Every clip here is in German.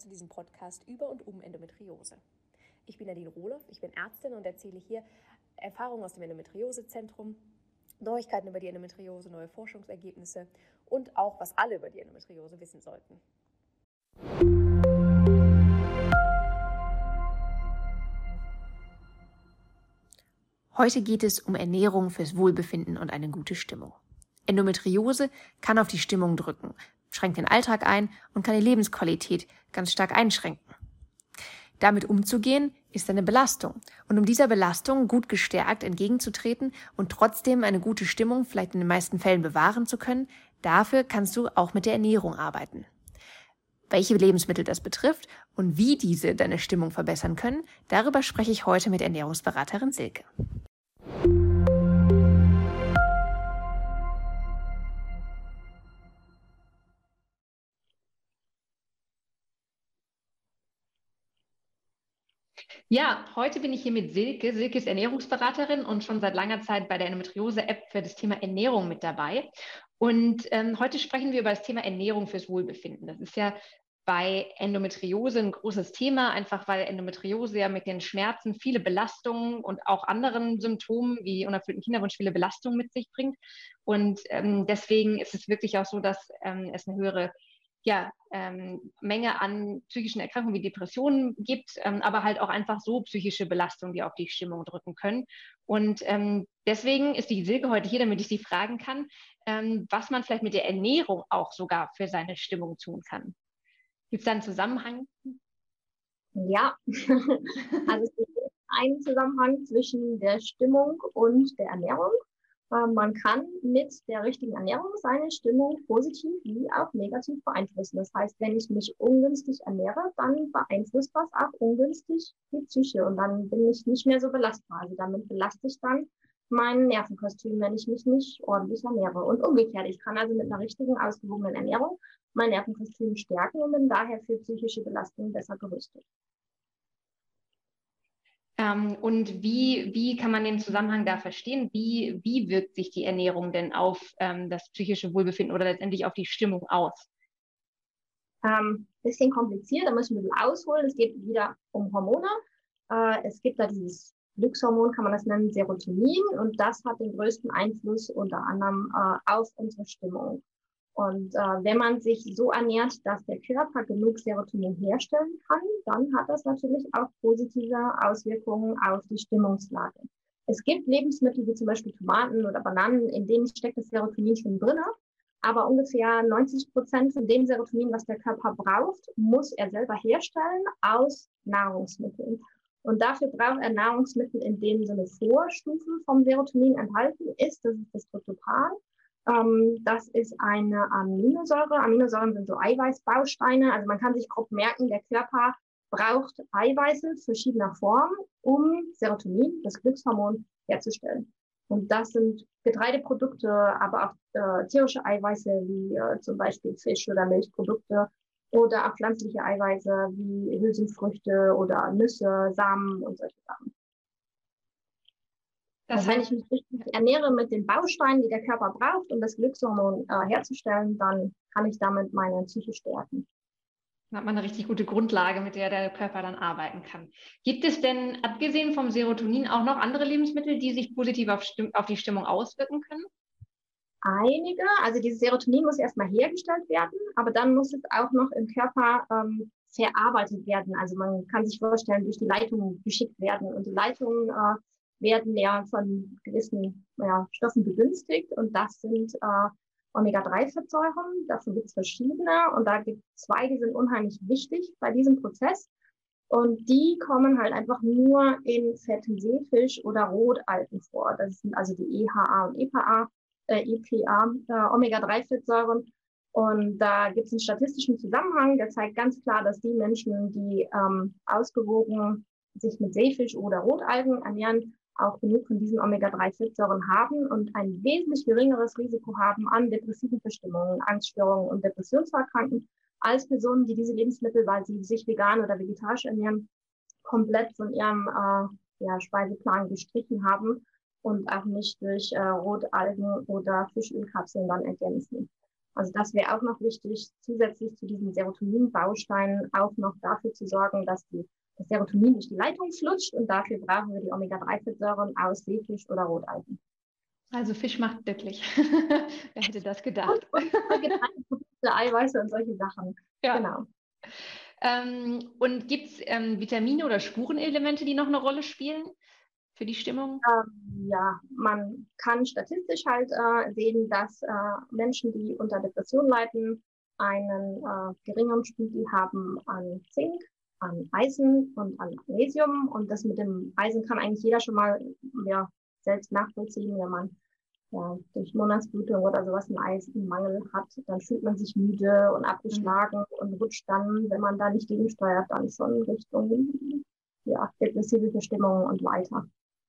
zu diesem Podcast über und um Endometriose. Ich bin Nadine Rohloff, ich bin Ärztin und erzähle hier Erfahrungen aus dem Endometriosezentrum, Neuigkeiten über die Endometriose, neue Forschungsergebnisse und auch, was alle über die Endometriose wissen sollten. Heute geht es um Ernährung fürs Wohlbefinden und eine gute Stimmung. Endometriose kann auf die Stimmung drücken, schränkt den Alltag ein und kann die Lebensqualität ganz stark einschränken. Damit umzugehen, ist eine Belastung. Und um dieser Belastung gut gestärkt entgegenzutreten und trotzdem eine gute Stimmung vielleicht in den meisten Fällen bewahren zu können, dafür kannst du auch mit der Ernährung arbeiten. Welche Lebensmittel das betrifft und wie diese deine Stimmung verbessern können, darüber spreche ich heute mit Ernährungsberaterin Silke. Ja, heute bin ich hier mit Silke. Silke ist Ernährungsberaterin und schon seit langer Zeit bei der Endometriose-App für das Thema Ernährung mit dabei. Und heute sprechen wir über das Thema Ernährung fürs Wohlbefinden. Das ist ja bei Endometriose ein großes Thema, einfach weil Endometriose ja mit den Schmerzen viele Belastungen und auch anderen Symptomen wie unerfüllten Kinderwunsch viele Belastungen mit sich bringt. Und deswegen ist es wirklich auch so, dass es eine höhere Menge an psychischen Erkrankungen wie Depressionen gibt, aber halt auch einfach so psychische Belastungen, die auf die Stimmung drücken können. Und deswegen ist die Silke heute hier, damit ich sie fragen kann, was man vielleicht mit der Ernährung auch sogar für seine Stimmung tun kann. Gibt es da einen Zusammenhang? Ja, also es gibt einen Zusammenhang zwischen der Stimmung und der Ernährung. Man kann mit der richtigen Ernährung seine Stimmung positiv wie auch negativ beeinflussen. Das heißt, wenn ich mich ungünstig ernähre, dann beeinflusst das auch ungünstig die Psyche und dann bin ich nicht mehr so belastbar. Also damit belaste ich dann mein Nervenkostüm, wenn ich mich nicht ordentlich ernähre. Und umgekehrt, ich kann also mit einer richtigen, ausgewogenen Ernährung mein Nervenkostüm stärken und bin daher für psychische Belastungen besser gerüstet. Und wie kann man den Zusammenhang da verstehen? Wie wirkt sich die Ernährung denn auf das psychische Wohlbefinden oder letztendlich auf die Stimmung aus? Bisschen kompliziert, da muss ich ein bisschen ausholen. Es geht wieder um Hormone. Es gibt da dieses Glückshormon, kann man das nennen, Serotonin. Und das hat den größten Einfluss unter anderem auf unsere Stimmung. Und wenn man sich so ernährt, dass der Körper genug Serotonin herstellen kann, dann hat das natürlich auch positive Auswirkungen auf die Stimmungslage. Es gibt Lebensmittel wie zum Beispiel Tomaten oder Bananen, in denen steckt das Serotonin schon drin, aber ungefähr 90% von dem Serotonin, was der Körper braucht, muss er selber herstellen aus Nahrungsmitteln. Und dafür braucht er Nahrungsmittel, in denen so eine Vorstufe vom Serotonin enthalten ist. Das ist das Tryptophan. Das ist eine Aminosäure. Aminosäuren sind so Eiweißbausteine. Also man kann sich grob merken, der Körper braucht Eiweiße verschiedener Form, um Serotonin, das Glückshormon, herzustellen. Und das sind Getreideprodukte, aber auch tierische Eiweiße wie zum Beispiel Fisch- oder Milchprodukte oder auch pflanzliche Eiweiße wie Hülsenfrüchte oder Nüsse, Samen und solche Sachen. Also wenn ich mich richtig ernähre mit den Bausteinen, die der Körper braucht, um das Glückshormon herzustellen, dann kann ich damit meine Psyche stärken. Dann hat man eine richtig gute Grundlage, mit der der Körper dann arbeiten kann. Gibt es denn, abgesehen vom Serotonin, auch noch andere Lebensmittel, die sich positiv auf die Stimmung auswirken können? Einige, also dieses Serotonin muss erstmal hergestellt werden, aber dann muss es auch noch im Körper verarbeitet werden. Also man kann sich vorstellen, durch die Leitungen geschickt werden. Und die Leitungen werden ja von gewissen Stoffen begünstigt und das sind Omega-3-Fettsäuren. Davon gibt es verschiedene und da gibt es zwei, die sind unheimlich wichtig bei diesem Prozess und die kommen halt einfach nur in fetten Seefisch oder Rotalgen vor. Das sind also die EHA und EPA, Omega-3-Fettsäuren. Und da gibt es einen statistischen Zusammenhang, der zeigt ganz klar, dass die Menschen, die ausgewogen sich mit Seefisch oder Rotalgen ernähren, auch genug von diesen Omega-3-Fettsäuren haben und ein wesentlich geringeres Risiko haben an depressiven Verstimmungen, Angststörungen und Depressionen zu erkranken, als Personen, die diese Lebensmittel, weil sie sich vegan oder vegetarisch ernähren, komplett von ihrem Speiseplan gestrichen haben und auch nicht durch Rotalgen oder Fischölkapseln dann ergänzen. Also das wäre auch noch wichtig, zusätzlich zu diesen Serotonin-Bausteinen auch noch dafür zu sorgen, dass das Serotonin durch die Leitung flutscht, und dafür brauchen wir die Omega-3-Fettsäuren aus Seefisch oder Rotalgen. Also Fisch macht glücklich. Wer hätte das gedacht? Und Getreideprodukte, Eiweiße und solche Sachen. Ja. Genau. Und gibt es Vitamine oder Spurenelemente, die noch eine Rolle spielen für die Stimmung? Ja, man kann statistisch halt sehen, dass Menschen, die unter Depression leiden, einen geringeren Spiegel haben an Zink, an Eisen und an Magnesium. Und das mit dem Eisen kann eigentlich jeder schon mal selbst nachvollziehen, wenn man durch Monatsblutung oder sowas einen Eisenmangel hat, dann fühlt man sich müde und abgeschlagen und rutscht dann, wenn man da nicht gegensteuert, dann schon Richtung depressive Verstimmung und weiter.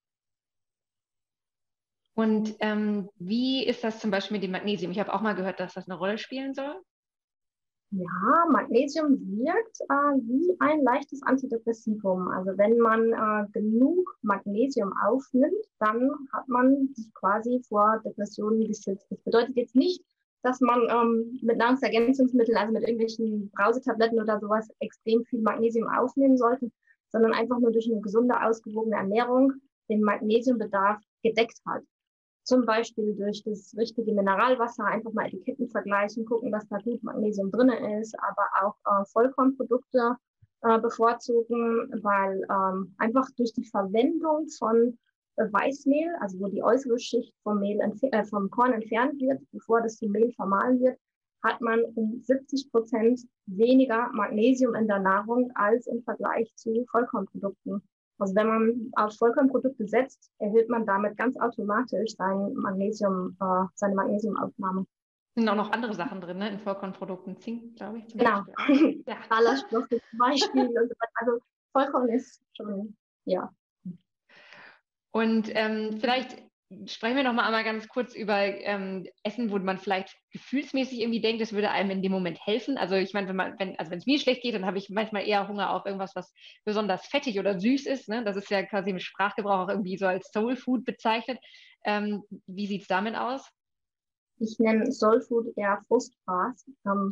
Und wie ist das zum Beispiel mit dem Magnesium? Ich habe auch mal gehört, dass das eine Rolle spielen soll. Ja, Magnesium wirkt wie ein leichtes Antidepressivum. Also wenn man genug Magnesium aufnimmt, dann hat man sich quasi vor Depressionen geschützt. Das bedeutet jetzt nicht, dass man mit Nahrungsergänzungsmitteln, also mit irgendwelchen Brausetabletten oder sowas, extrem viel Magnesium aufnehmen sollte, sondern einfach nur durch eine gesunde, ausgewogene Ernährung den Magnesiumbedarf gedeckt hat. Zum Beispiel durch das richtige Mineralwasser, einfach mal Etiketten vergleichen, gucken, dass da gut Magnesium drin ist, aber auch Vollkornprodukte bevorzugen, weil einfach durch die Verwendung von Weißmehl, also wo die äußere Schicht vom Korn entfernt wird, bevor das zu Mehl vermahlen wird, hat man um 70% weniger Magnesium in der Nahrung als im Vergleich zu Vollkornprodukten. Also wenn man auf Vollkornprodukte setzt, erhöht man damit ganz automatisch seine Magnesiumaufnahme. Sind auch noch andere Sachen drin, ne? In Vollkornprodukten, Zink, glaube ich. Genau. Ja. Ballaststoffe zum Beispiel. Und so weiter. Also Vollkorn ist schon, ja. Und vielleicht sprechen wir noch mal einmal ganz kurz über Essen, wo man vielleicht gefühlsmäßig irgendwie denkt, es würde einem in dem Moment helfen. Also ich meine, wenn es mir schlecht geht, dann habe ich manchmal eher Hunger auf irgendwas, was besonders fettig oder süß ist. Ne? Das ist ja quasi im Sprachgebrauch auch irgendwie so als Soul Food bezeichnet. Wie sieht es damit aus? Ich nenne Soul Food eher Frustfraß.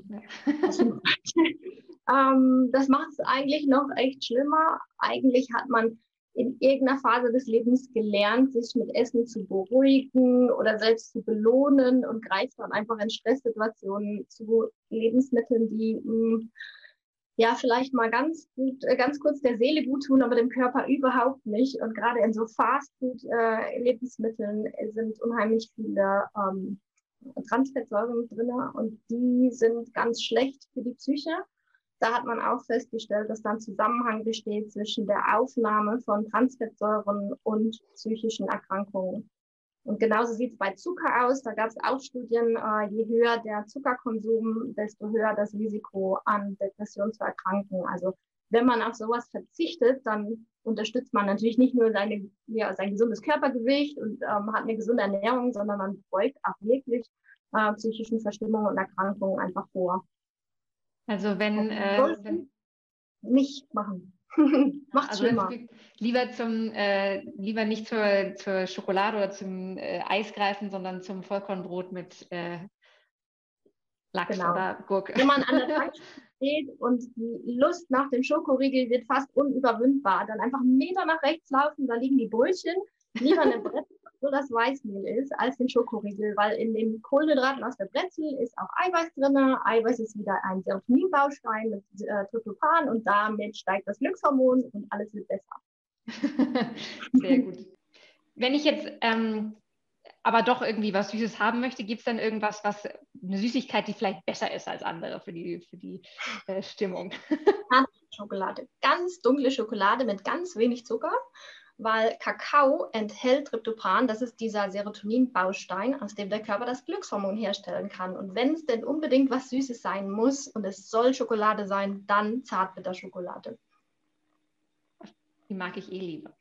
Das macht es eigentlich noch echt schlimmer. Eigentlich hat man in irgendeiner Phase des Lebens gelernt, sich mit Essen zu beruhigen oder selbst zu belohnen, und greift dann einfach in Stresssituationen zu Lebensmitteln, die vielleicht mal ganz kurz der Seele gut tun, aber dem Körper überhaupt nicht. Und gerade in so Fastfood-Lebensmitteln sind unheimlich viele Transfettsäuren drin, und die sind ganz schlecht für die Psyche. Da hat man auch festgestellt, dass da ein Zusammenhang besteht zwischen der Aufnahme von Transfettsäuren und psychischen Erkrankungen. Und genauso sieht es bei Zucker aus. Da gab es auch Studien, je höher der Zuckerkonsum, desto höher das Risiko, an Depression zu erkranken. Also wenn man auf sowas verzichtet, dann unterstützt man natürlich nicht nur sein gesundes Körpergewicht und hat eine gesunde Ernährung, sondern man beugt auch wirklich psychischen Verstimmungen und Erkrankungen einfach vor. Also wenn nicht machen. Macht's schlimmer. Lieber nicht zur Schokolade oder zum Eis greifen, sondern zum Vollkornbrot mit Lachs oder Gurke. Wenn man an der Tankstelle steht und die Lust nach dem Schokoriegel wird fast unüberwindbar, dann einfach einen Meter nach rechts laufen, da liegen die Brötchen, lieber eine Brezel, wo das Weißmehl ist, als den Schokoriegel, weil in den Kohlenhydraten aus der Brezel ist auch Eiweiß drin. Eiweiß ist wieder ein Serotonin-Baustein mit Tryptophan, und damit steigt das Glückshormon und alles wird besser. Sehr gut. Wenn ich jetzt aber doch irgendwie was Süßes haben möchte, gibt es dann irgendwas, eine Süßigkeit, die vielleicht besser ist als andere für die Stimmung? Schokolade. Ganz dunkle Schokolade mit ganz wenig Zucker, weil Kakao enthält Tryptophan, das ist dieser Serotonin-Baustein, aus dem der Körper das Glückshormon herstellen kann. Und wenn es denn unbedingt was Süßes sein muss und es soll Schokolade sein, dann Zartbitterschokolade. Die mag ich lieber.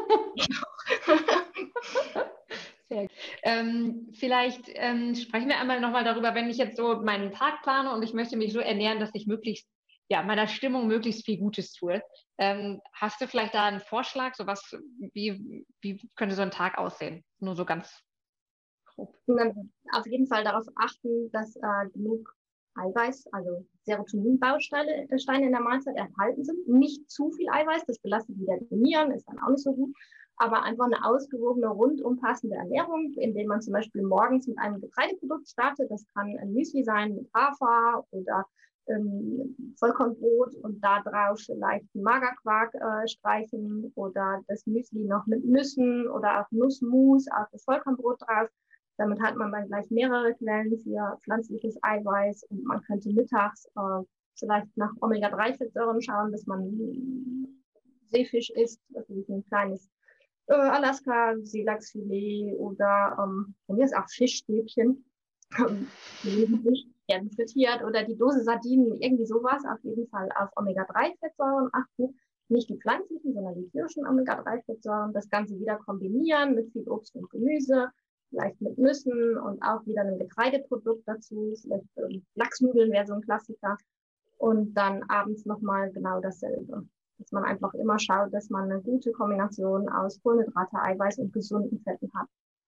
Sehr gut. Vielleicht sprechen wir einmal nochmal darüber, wenn ich jetzt so meinen Tag plane und ich möchte mich so ernähren, dass ich meiner Stimmung möglichst viel Gutes tue. Hast du vielleicht da einen Vorschlag, wie könnte so ein Tag aussehen? Nur so ganz Und dann auf jeden Fall darauf achten, dass genug Eiweiß, also Serotonin-Bausteine in der Mahlzeit enthalten sind. Nicht zu viel Eiweiß, das belastet wieder die Nieren, ist dann auch nicht so gut. Aber einfach eine ausgewogene, rundum passende Ernährung, indem man zum Beispiel morgens mit einem Getreideprodukt startet. Das kann ein Müsli sein mit Hafer oder Vollkornbrot und da drauf vielleicht einen Magerquark streichen oder das Müsli noch mit Nüssen oder auch Nussmus auf das Vollkornbrot drauf. Damit hat man dann gleich mehrere Quellen für pflanzliches Eiweiß und man könnte mittags vielleicht nach Omega-3-Fettsäuren schauen, dass man Seefisch isst, also ein kleines Alaska-Seelachsfilet oder von mir ist auch Fischstäbchen. Werden frittiert oder die Dose Sardinen, irgendwie sowas, auf jeden Fall auf Omega-3-Fettsäuren achten. Nicht die pflanzlichen, sondern die tierischen Omega-3-Fettsäuren. Das Ganze wieder kombinieren mit viel Obst und Gemüse, vielleicht mit Nüssen und auch wieder ein Getreideprodukt dazu. Vielleicht Lachsnudeln wäre so ein Klassiker. Und dann abends nochmal genau dasselbe. Dass man einfach immer schaut, dass man eine gute Kombination aus Kohlenhydrate, Eiweiß und gesunden Fetten hat.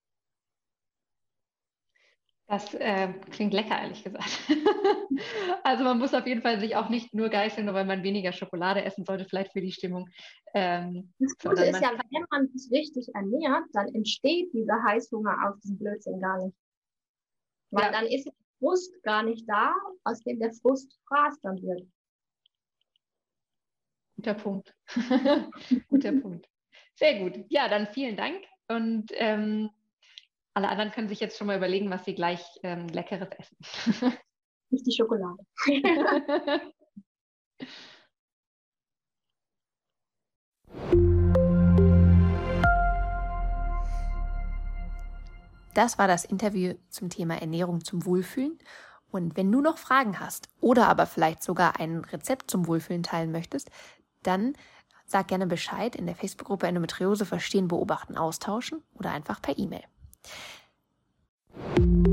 Das klingt lecker, ehrlich gesagt. Also man muss auf jeden Fall sich auch nicht nur geißeln, nur weil man weniger Schokolade essen sollte, vielleicht für die Stimmung. Das Gute ist ja, wenn man sich richtig ernährt, dann entsteht dieser Heißhunger auf diesen Blödsinn gar nicht. Weil dann ist der Frust gar nicht da, aus dem der Frust Fraß dann wird. Guter Punkt. Guter Punkt. Sehr gut. Ja, dann vielen Dank und alle anderen können sich jetzt schon mal überlegen, was sie gleich Leckeres essen. Nicht die Schokolade. Das war das Interview zum Thema Ernährung zum Wohlfühlen. Und wenn du noch Fragen hast oder aber vielleicht sogar ein Rezept zum Wohlfühlen teilen möchtest, dann sag gerne Bescheid in der Facebook-Gruppe Endometriose verstehen, beobachten, austauschen oder einfach per E-Mail.